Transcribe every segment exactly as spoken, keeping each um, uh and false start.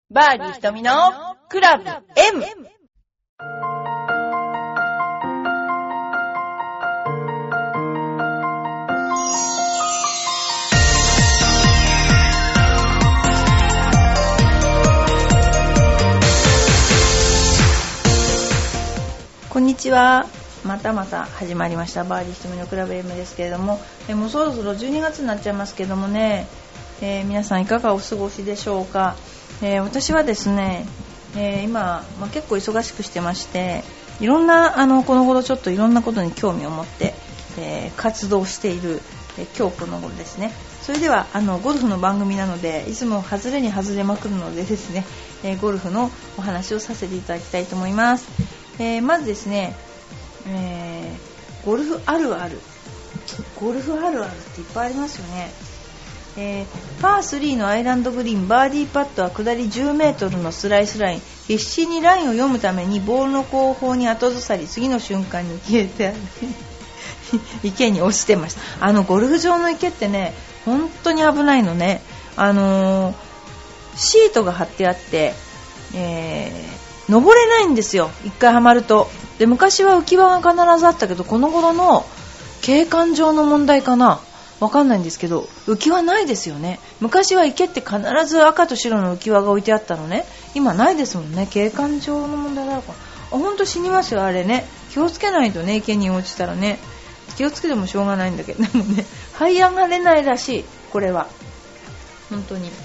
バーディー瞳のクラブ M。 こんにちは。またまた始まりましたバーディー瞳のクラブ M ですけれども、えもうそろそろじゅうにがつになっちゃいますけどもね、えー、皆さんいかがお過ごしでしょうか。えー、私はですね、えー、今、まあ、結構忙しくしてまして、いろんなあのこの頃ちょっといろんなことに興味を持って、えー、活動している、えー、今日この頃ですね。それではあのゴルフの番組なのでいつも外れに外れまくるのでですね、えー、ゴルフのお話をさせていただきたいと思います。えー、まずですね、えー、ゴルフあるあるゴルフあるあるっていっぱいありますよね。えー、パースリーのアイランドグリーン、バーディーパットは下りじゅうメートルのスライスライン。必死にラインを読むためにボールの後方に後ずさり、次の瞬間に消えて池に落ちてました。あのゴルフ場の池ってね、本当に危ないのね。あのー、シートが張ってあって、えー、登れないんですよ、一回はまると。で、昔は浮き輪が必ずあったけど、この頃の景観上の問題かな、わかんないんですけど、浮き輪ないですよね。昔は池って必ず赤と白の浮き輪が置いてあったのね。今ないですもんね。景観上の問題だろうか。ほんと死にますよ、あれね。気をつけないとね、池に落ちたらね。気をつけてもしょうがないんだけど、でもね、這い上がれないらしい、これは。本当に。はい、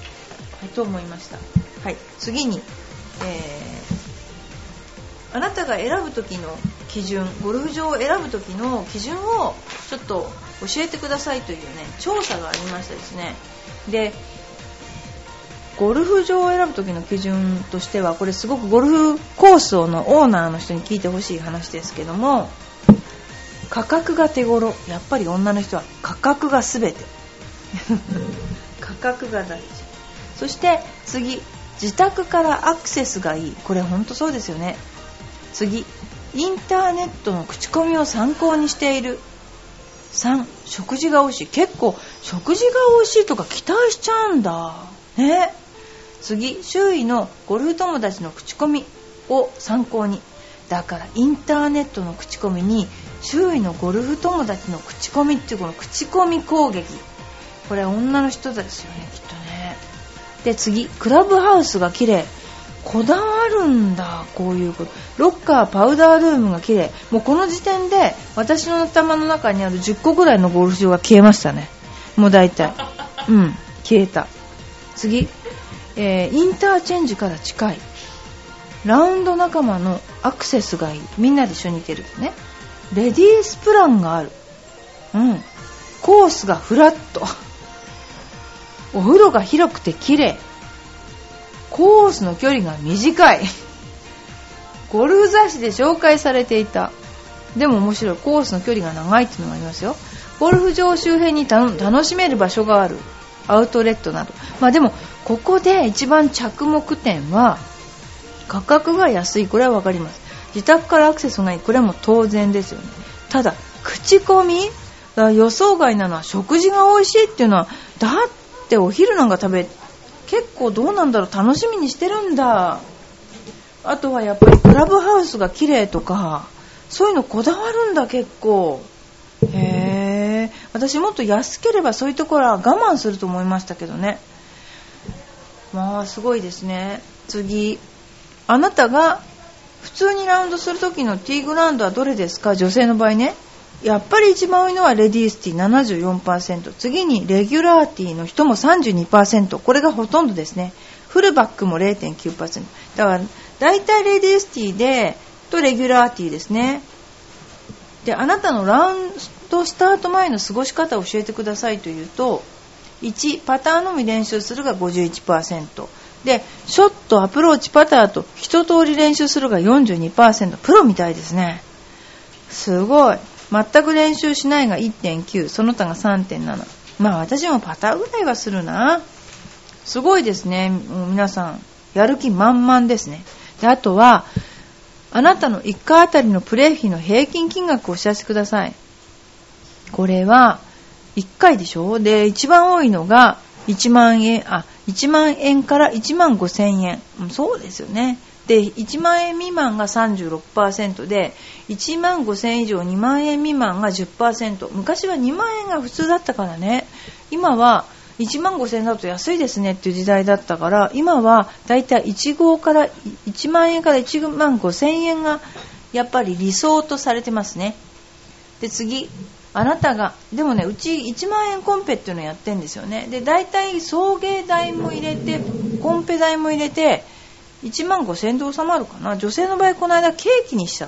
と思いました。はい、次に、えー、あなたが選ぶ時の基準、ゴルフ場を選ぶ時の基準をちょっと教えてくださいというね、調査がありましたですね。で、ゴルフ場を選ぶ時の基準としては、これすごくゴルフコースのオーナーの人に聞いてほしい話ですけども、価格が手頃。やっぱり女の人は価格が全て価格が大事。そして次、自宅からアクセスがいい。これ本当そうですよね。次、インターネットの口コミを参考にしている。さん、食事が美味しい。結構食事が美味しいとか期待しちゃうんだね。次、周囲のゴルフ友達の口コミを参考に。だからインターネットの口コミに周囲のゴルフ友達の口コミっていう、この口コミ攻撃、これは女の人ですよね、きっとね。で、次、クラブハウスが綺麗。こだわるんだ、こういうこと。ロッカー、パウダールームが綺麗。もうこの時点で私の頭の中にあるじゅっこぐらいのゴルフ場が消えましたね。もう大体うん消えた。次、えー、インターチェンジから近い。ラウンド仲間のアクセスがいい。みんなで一緒に行けるね。レディースプランがある。うんコースがフラット。お風呂が広くて綺麗。コースの距離が短い。ゴルフ雑誌で紹介されていた。でも面白い。コースの距離が長いっていうのがありますよ。ゴルフ場周辺に楽しめる場所がある。アウトレットなど。まあでもここで一番着目点は価格が安い。これはわかります。自宅からアクセスがいい。これはもう当然ですよね。ただ口コミ、予想外なのは食事が美味しいっていうのは、だってお昼なんか食べ結構どうなんだろう、楽しみにしてるんだ。あとはやっぱりクラブハウスが綺麗とか、そういうのこだわるんだ結構。へー、私もっと安ければそういうところは我慢すると思いましたけどね。まあすごいですね。次、あなたが普通にラウンドする時のティーグラウンドはどれですか。女性の場合ね、やっぱり一番多いのはレディースティー ななじゅうよんパーセント、 次にレギュラーティーの人も さんじゅうにパーセント、 これがほとんどですね。フルバックも れいてんきゅうパーセント、 だからだいたいレディースティーでとレギュラーティーですね。で、あなたのラウンドスタート前の過ごし方を教えてくださいというと、いち、パターのみ練習するが ごじゅういちパーセント で、ショット、アプローチ、パターと一通り練習するが よんじゅうにパーセント。 プロみたいですね。すごい。全く練習しないが いってんきゅう、その他が さんてんなな。まあ私もパターぐらいはするな。すごいですね。もう皆さんやる気満々ですね。で、あとはあなたのいっかいあたりのプレー費の平均金額をお知らせください。これはいっかいでしょ。で、一番多いのがいちまんえん、あ、 いちまんえんからいちまんごせんえん、そうですよね。でいちまんえん未満が さんじゅうろくパーセント でいちまんごせん以上にまんえん未満が じゅっパーセント。 昔はにまんえんが普通だったからね。今はいちまんごせんえんだと安いですねっていう時代だったから、今はだいたいいち号からいちまんえんからいちまんごせんえんがやっぱり理想とされてますね。で次、あなたがでもね、うちいちまんえんコンペっていうのをやってるんですよね。でだいたい送迎代も入れてコンペ代も入れていちまんごせんえんで収まるかな。女性の場合この間ケーキにしちゃった。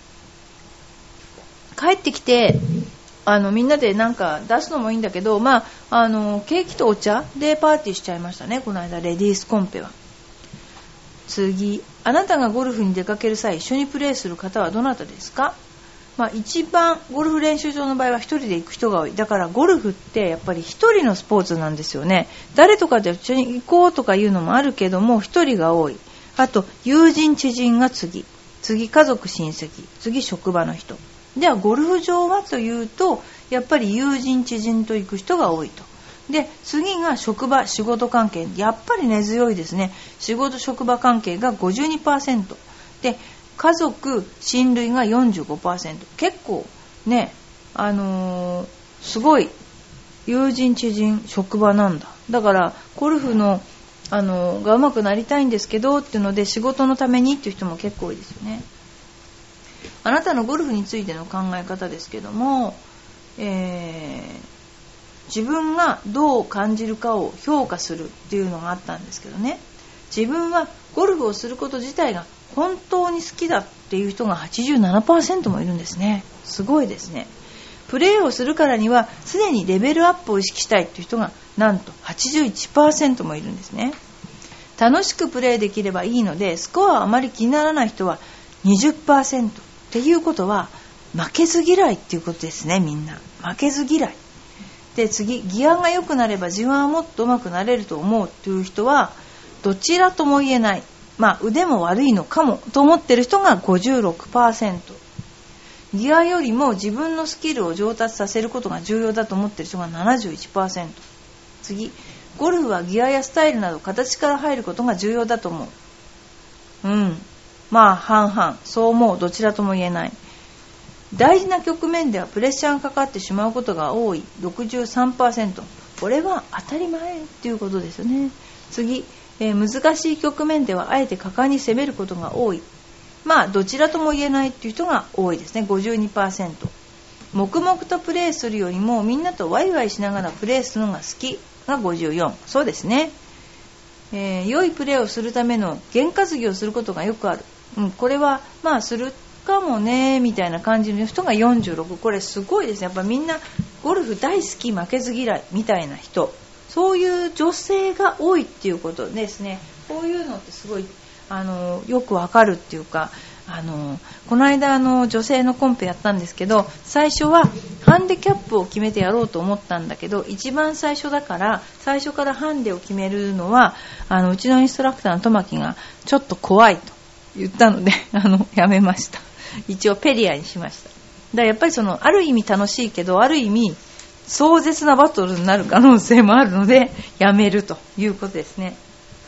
帰ってきてあのみんなでなんか出すのもいいんだけど、まあ、あのケーキとお茶でパーティーしちゃいましたね、この間レディースコンペは。次、あなたがゴルフに出かける際一緒にプレーする方はどなたですか。まあ、一番ゴルフ練習場の場合は一人で行く人が多い。だからゴルフってやっぱり一人のスポーツなんですよね。誰とかで一緒に行こうとかいうのもあるけども一人が多い。あと友人知人が次、次家族親戚、次職場の人。ではゴルフ場はというとやっぱり友人知人と行く人が多いと。で次が職場仕事関係、やっぱり根強いですね。仕事職場関係が ごじゅうにパーセント で家族親類が よんじゅうごパーセント。 結構ね、あのー、すごい友人知人職場なんだ。だからゴルフの、あのー、が上手くなりたいんですけどっていうので仕事のためにっていう人も結構多いですよね。あなたのゴルフについての考え方ですけども、えー、自分がどう感じるかを評価するっていうのがあったんですけどね。自分はゴルフをすること自体が本当に好きだっていう人が はちじゅうななパーセント もいるんですね。すごいですね。プレーをするからには常にレベルアップを意識したいっていう人がなんと はちじゅういちパーセント もいるんですね。楽しくプレーできればいいのでスコアはあまり気にならない人は にじゅっパーセント っていうことは負けず嫌いっていうことですね。みんな負けず嫌いで、次、ギアが良くなれば自分はもっと上手くなれると思うという人はどちらとも言えない、まあ、腕も悪いのかもと思っている人が ごじゅうろくパーセント、 ギアよりも自分のスキルを上達させることが重要だと思っている人が ななじゅういちパーセント。 次、ゴルフはギアやスタイルなど形から入ることが重要だと思う。うんまあ半々、そう思う、どちらとも言えない。大事な局面ではプレッシャーがかかってしまうことが多い ろくじゅうさんパーセント。 これは当たり前っていうことですよね。次、えー、難しい局面ではあえて果敢に攻めることが多い。まあどちらとも言えないっていう人が多いですね。 ごじゅうにパーセント。 黙々とプレーするよりもみんなとワイワイしながらプレーするのが好きがごじゅうよん。そうですね、えー、良いプレーをするための験担ぎをすることがよくある、うん、これはまあするかもねみたいな感じの人がよんじゅうろく。これすごいですね。やっぱみんなゴルフ大好き負けず嫌いみたいな人、そういう女性が多いっていうことですね。こういうのってすごいあのよくわかるっていうか、あのこの間あの女性のコンペやったんですけど、最初はハンデキャップを決めてやろうと思ったんだけど、一番最初だから最初からハンデを決めるのはあのうちのインストラクターのトマキがちょっと怖いと言ったのであのやめました。一応ペリアにしました。だからやっぱりそのある意味楽しいけどある意味壮絶なバトルになる可能性もあるのでやめるということですね。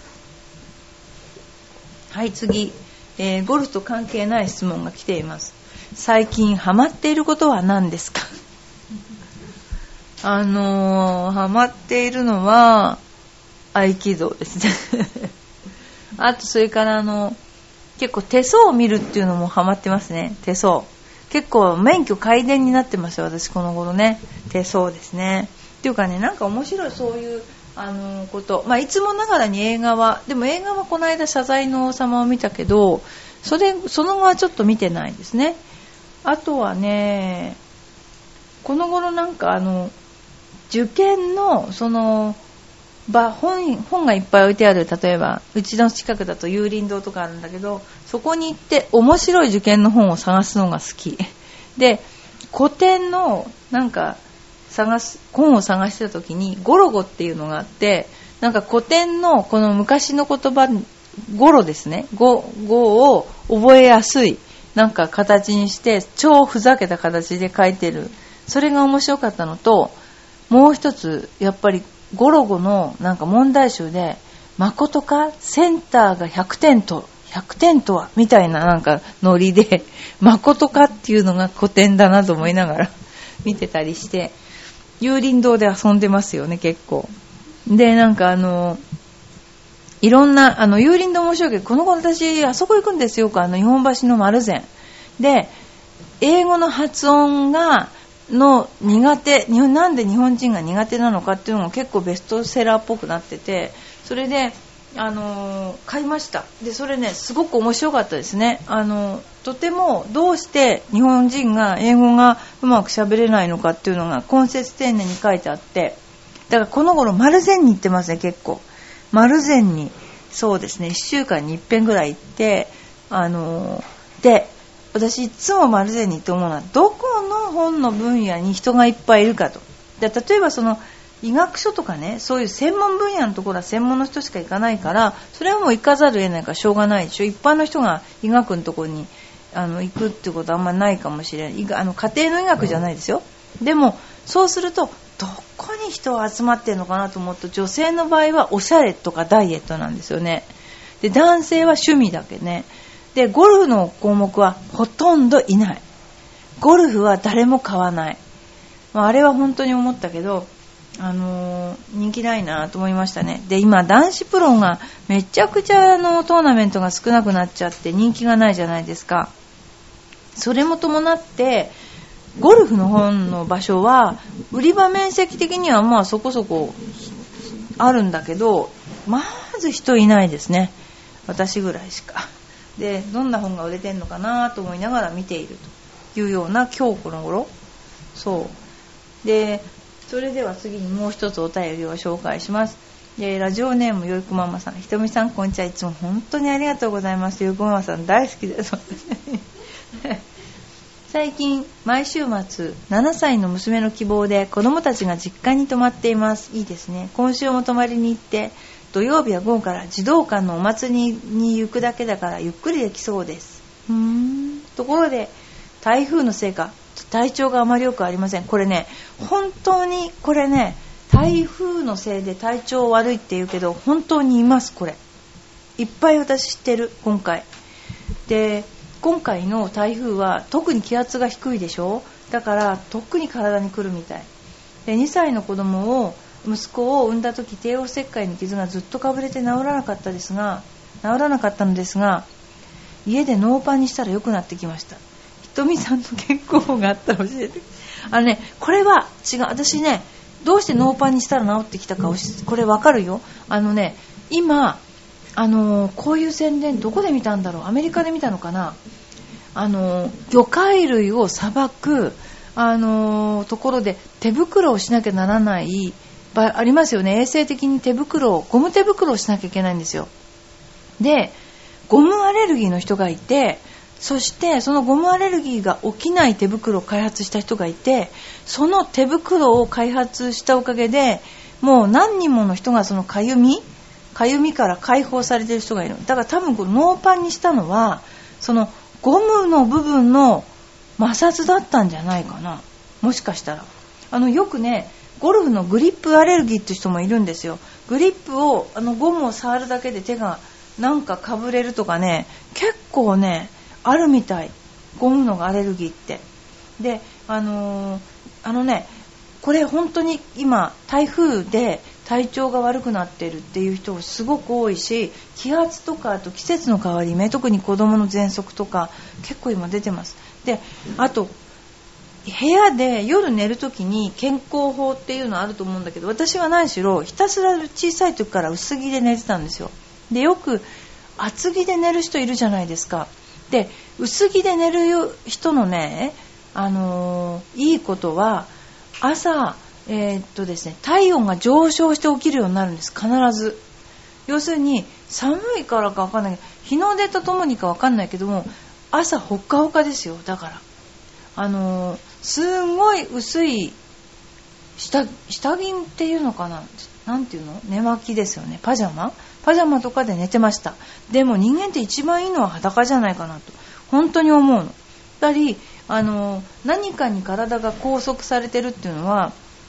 はい次、えー、ゴルフと関係ない質問が来ています。最近ハマっていることは何ですか？あのー、ハマっているのは合気道ですねあとそれからあの結構手相を見るっていうのもハマってますね。手相結構免許皆伝になってますよ私この頃ね。手相ですね。っていうかね、なんか面白いそういうあのこと、まあいつもながらに映画はでも映画はこの間謝罪の王様を見たけど、それその後はちょっと見てないですね。あとはね、この頃なんかあの受験のその場 本, 本がいっぱい置いてある、例えばうちの近くだと有林堂とかあるんだけど、そこに行って面白い受験の本を探すのが好きで、古典のなんか探す本を探してた時にゴロゴっていうのがあって、なんか古典のこの昔の言葉ゴロですね、語を覚えやすいなんか形にして超ふざけた形で書いてる、それが面白かったのと、もう一つやっぱりゴロゴのなんか問題集で、誠かセンターがひゃくてんと、ひゃくてんとはみたいななんかノリで、誠かっていうのが古典だなと思いながら見てたりして、有林堂で遊んでますよね、結構。で、なんかあの、いろんな、あの、有林堂面白いけど、この子私、あそこ行くんですよ、あの、日本橋の丸善。で、英語の発音が、の苦手、日本、なんで日本人が苦手なのかっていうのが結構ベストセラーっぽくなってて、それで、あのー、買いました。で、それね、すごく面白かったですね。あのー、とてもどうして日本人が英語がうまく喋れないのかっていうのが根節丁寧に書いてあって、だからこの頃丸善に行ってますね、結構。丸善に、そうですね、いっしゅうかんにいっぺんぐらい行って、あのー、で、私いつも丸善に行って思うのは、どこの本の分野に人がいっぱいいるかと。で、例えばその医学書とかね、そういう専門分野のところは専門の人しか行かないから、それはもう行かざるを得ないからしょうがないでしょ。一般の人が医学のところにあの行くってことはあんまりないかもしれない。あの家庭の医学じゃないですよ。でもそうするとどこに人が集まってるのかなと思うと、女性の場合はおしゃれとかダイエットなんですよね。で、男性は趣味だけね。で、ゴルフの項目はほとんどいない。ゴルフは誰も買わない。まあ、あれは本当に思ったけど、あのー、人気ないなと思いましたね。で、今男子プロがめちゃくちゃあのトーナメントが少なくなっちゃって人気がないじゃないですか。それも伴ってゴルフの本の場所は売り場面積的にはまあそこそこあるんだけど、まず人いないですね。私ぐらいしか。で、どんな本が売れてんのかなと思いながら見ているというような今日この頃。そうで、それでは次にもう一つお便りを紹介します。で、ラジオネームよいこママさん、ひとみさんこんにちは。いつも本当にありがとうございます。よいこママさん大好きです。最近毎週末ななさいの娘の希望で子供たちが実家に泊まっています。いいですね。今週も泊まりに行って、土曜日は午後から児童館のお祭りに行くだけだからゆっくりできそうです。うーんところで台風のせいか体調があまり良くありません。これね、本当にこれね、台風のせいで体調悪いって言うけど本当にいます。これいっぱい私知ってる。今回で今回の台風は特に気圧が低いでしょ。だから特に体に来るみたいで、にさいの子供を息子を産んだ時、帝王切開の傷がずっとかぶれて治らなかったですが治らなかったのですが家でノーパンにしたら良くなってきました。ひとみさんの健康法があったら教えて。あのね、これは違う。私ね、どうしてノーパンにしたら治ってきたか、これわかるよ。あのね、今あのこういう宣伝どこで見たんだろう。アメリカで見たのかな。あの魚介類をさばくあのところで手袋をしなきゃならない場合ありますよね。衛生的に手袋をゴム手袋をしなきゃいけないんですよ。で、ゴムアレルギーの人がいて、そしてそのゴムアレルギーが起きない手袋を開発した人がいて、その手袋を開発したおかげでもう何人もの人がそのかゆみかゆみから解放されている人がいる。だから多分このノーパンにしたのはそのゴムの部分の摩擦だったんじゃないかな。もしかしたらあのよくね、ゴルフのグリップアレルギーって人もいるんですよ。グリップをあのゴムを触るだけで手がなんかかぶれるとかね、結構ねあるみたい。ゴムのアレルギーってで、あのー、あのねこれ本当に今台風で体調が悪くなってるっていう人すごく多いし、気圧とかあと季節の変わり目、特に子供の喘息とか結構今出てます。で、あと部屋で夜寝るときに健康法っていうのあると思うんだけど、私は何しろひたすら小さい時から薄着で寝てたんですよ。で、よく厚着で寝る人いるじゃないですか。で、薄着で寝る人のね、あのー、いいことは朝えー、っとですね、体温が上昇して起きるようになるんです。必ず。要するに寒いからか分かんないけど、日の出とともにか分かんないけども、朝ほっかほかですよ。だからあのー、すごい薄い下下着っていうのかな、なんていうの、寝巻きですよね。パジャマパジャマとかで寝てました。でも人間って一番いいのは裸じゃないかなと本当に思うの。だりあのー、何かに体が拘束されてるっていうのは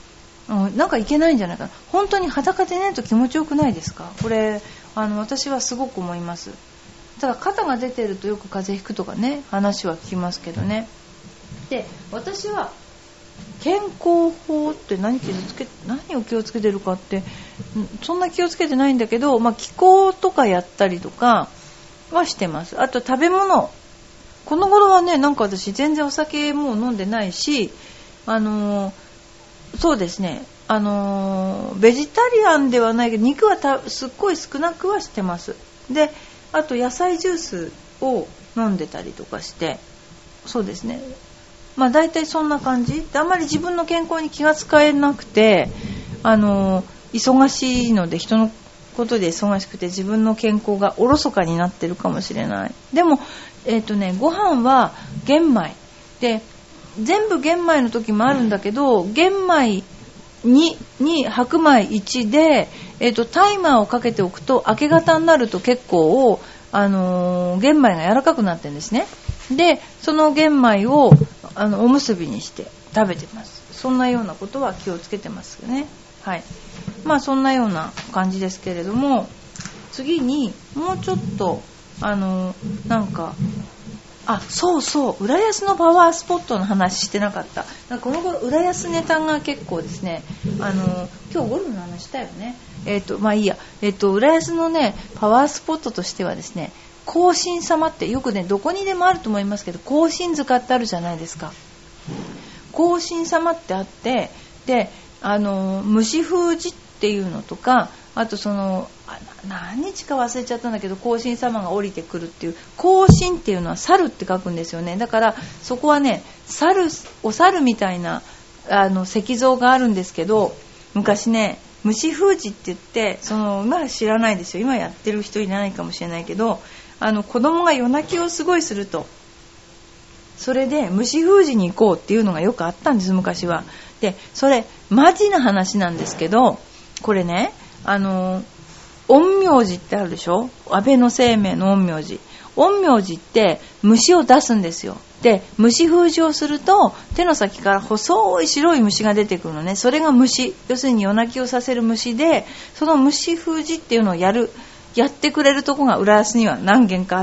うん、なんかいけないんじゃないかな。本当に裸で寝ると気持ちよくないですか？これあの私はすごく思います。ただ肩が出てるとよく風邪ひくとかね、話は聞きますけどね。で、私は健康法って何気をつけ何を気をつけてるかってそんな気をつけてないんだけど、まあ、気候とかやったりとかはしてます。あと食べ物、この頃はね、なんか私全然お酒もう飲んでないし、あのー、そうですね、あのー、ベジタリアンではないけど肉はたすっごい少なくはしてます。で、あと野菜ジュースを飲んでたりとかして、そうですね、まあ大体そんな感じで、あんまり自分の健康に気が使えなくて、あの忙しいので、人のことで忙しくて自分の健康がおろそかになってるかもしれない。でもえっとね、ご飯は玄米で、全部玄米の時もあるんだけど、玄米にに白米いちで、えっとタイマーをかけておくと明け方になると結構あのー、玄米が柔らかくなってるんですね。で、その玄米をあのおむすびにして食べてます。そんなようなことは気をつけてますよね。はい。まあそんなような感じですけれども、次にもうちょっとあのなんかあそうそう浦安のパワースポットの話してなかった。なんかこの頃浦安ネタが結構ですね、あの今日ゴルフの話したよね。えっとまあいいや、えっと浦安のねパワースポットとしてはですね、庚申様ってよくねどこにでもあると思いますけど、庚申塚ってあるじゃないですか。庚申様ってあって、であの虫封じっていうのとか、あとそのあ何日か忘れちゃったんだけど、庚申様が降りてくるっていう、庚申っていうのは猿って書くんですよね。だからそこはね、猿お猿みたいなあの石像があるんですけど、昔ね虫封じって言って、その今は知らないですよ、今やってる人いないかもしれないけど、あの子供が夜泣きをすごいすると、それで虫封じに行こうっていうのがよくあったんです、昔は。でそれマジな話なんですけど、これね、あの陰陽師ってあるでしょ、安倍の生命の陰陽師。陰陽師って虫を出すんですよ。で虫封じをすると手の先から細い白い虫が出てくるのね。それが虫、要するに夜泣きをさせる虫で、その虫封じっていうのをやるやってくれるとこが浦安には何軒かあって、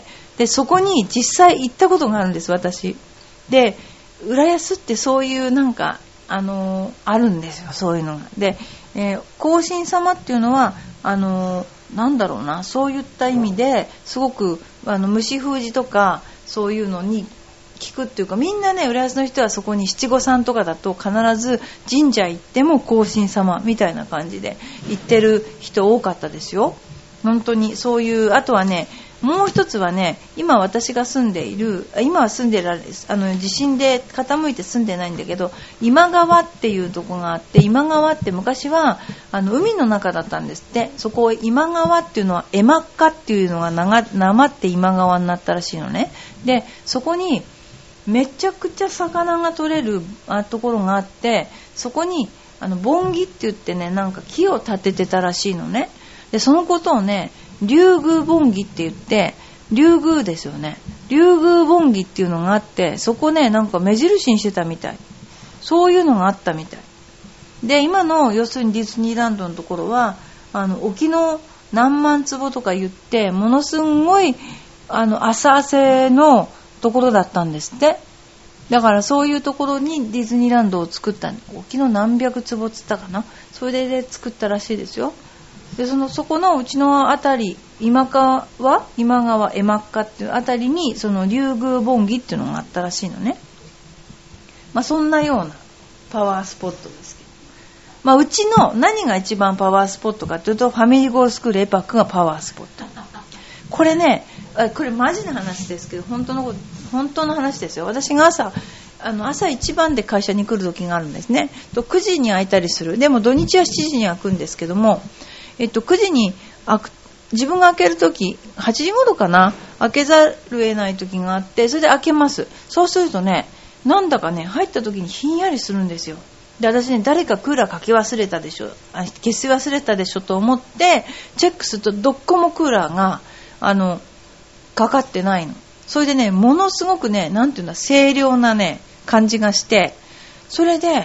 でそこに実際行ったことがあるんです、私。で浦安ってそういうなんかあのー、あるんですよ、そういうのが。で、えー、庚申様っていうのはあのー、なんだろうな、そういった意味ですごくあの虫封じとかそういうのに聞くっていうか、みんなね浦安の人はそこに七五三とかだと必ず神社行っても庚申様みたいな感じで行ってる人多かったですよ、本当に。そういう、あとはね、もう一つはね、今私が住んでいる、今は住んでられあの地震で傾いて住んでないんだけど、今川っていうとこがあって、今川って昔はあの海の中だったんですって。そこを今川っていうのはエマッカっていうのがながなまって今川になったらしいのね。でそこにめちゃくちゃ魚が取れるところがあって、そこにあの盆木って言ってね、なんか木を立ててたらしいのね。でそのことをね、竜宮盆木って言って、竜宮ですよね、竜宮盆木っていうのがあって、そこねなんか目印にしてたみたい。そういうのがあったみたいで、今の要するにディズニーランドのところはあの沖の何万坪とか言って、ものすごいあの浅瀬のところだったんですって。だからそういうところにディズニーランドを作った。沖の何百坪っつったかな、それで作ったらしいですよ。で そ, のそこのうちのあたり、今川今川エマッカっていうあたりにその竜宮盆木っていうのがあったらしいのね。まあそんなようなパワースポットですけど、まあうちの何が一番パワースポットかというと、ファミリーゴールスクールエパックがパワースポット。これね、これマジな話ですけど、本当の本当の話ですよ。私が朝あの朝一番で会社に来る時があるんですね。とくじに開いたりする。でも土日はしちじに開くんですけども、えっと、くじに開く、自分が開けるときはちじ頃かな、開けざるを得ないときがあって、それで開けます。そうするとね、なんだかね入ったときにひんやりするんですよ。で私ね、誰かクーラーかけ忘れたでしょ、あ消し忘れたでしょと思ってチェックすると、どっこもクーラーがあのかかってないの。それでね、ものすごくね、なんていうんだ、清涼なね感じがして、それで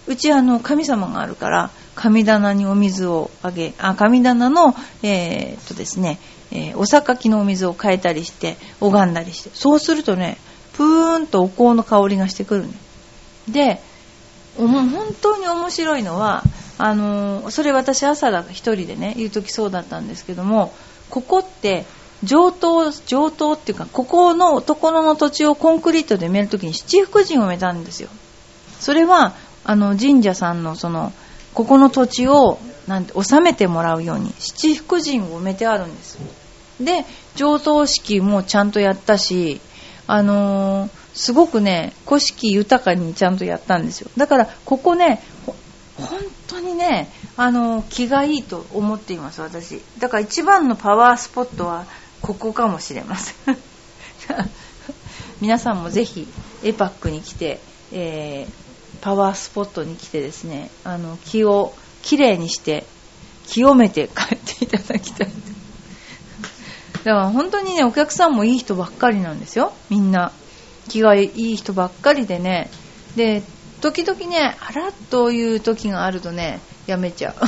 うちあの神様があるから神棚にお水をあげ、あ神棚の、えー、っとですね、えー、お榊のお水を変えたりして拝んだりして、そうするとねプーンとお香の香りがしてくるね。で本当に面白いのはあのー、それ私朝だ一人でね言う時そうだったんですけども、ここって上等上等っていうか、ここのところの土地をコンクリートで埋めるときに七福神を埋めたんですよ。それはあの神社さんのそのここの土地をなんて納めてもらうように七福神を埋めてあるんです。で上等式もちゃんとやったし、あのー、すごくね古式豊かにちゃんとやったんですよ。だからここね本当にね、あのー、気がいいと思っています私。だから一番のパワースポットはここかもしれません皆さんもぜひエパックに来て、えー、パワースポットに来てですね、あの気をきれいにして清めて帰っていただきたい。だから本当にねお客さんもいい人ばっかりなんですよ。みんな気がいい人ばっかりでね、で時々ねあらっという時があるとねやめちゃ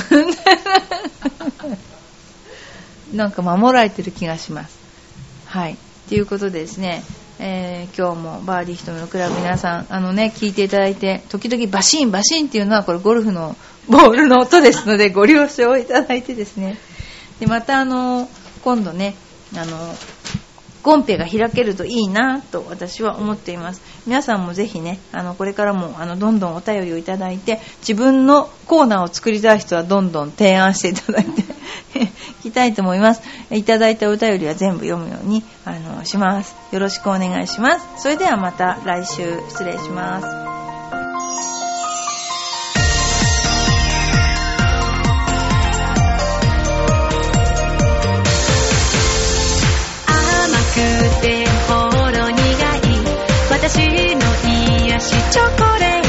うなんか守られてる気がします。はい、ということでですね、えー、今日もバーディーひとみのクラブ皆さんあのね聞いていただいて、時々バシンバシンっていうのはこれゴルフのボールの音ですのでご了承いただいてですね、でまたあの今度ねあのコンペが開けるといいなと私は思っています。皆さんもぜひねあのこれからもあのどんどんお便りをいただいて、自分のコーナーを作りたい人はどんどん提案していただいていきたいと思います。いただいたお便りは全部読むようにあのします。よろしくお願いします。それではまた来週失礼します。 ほろ苦い私の癒しチョコレート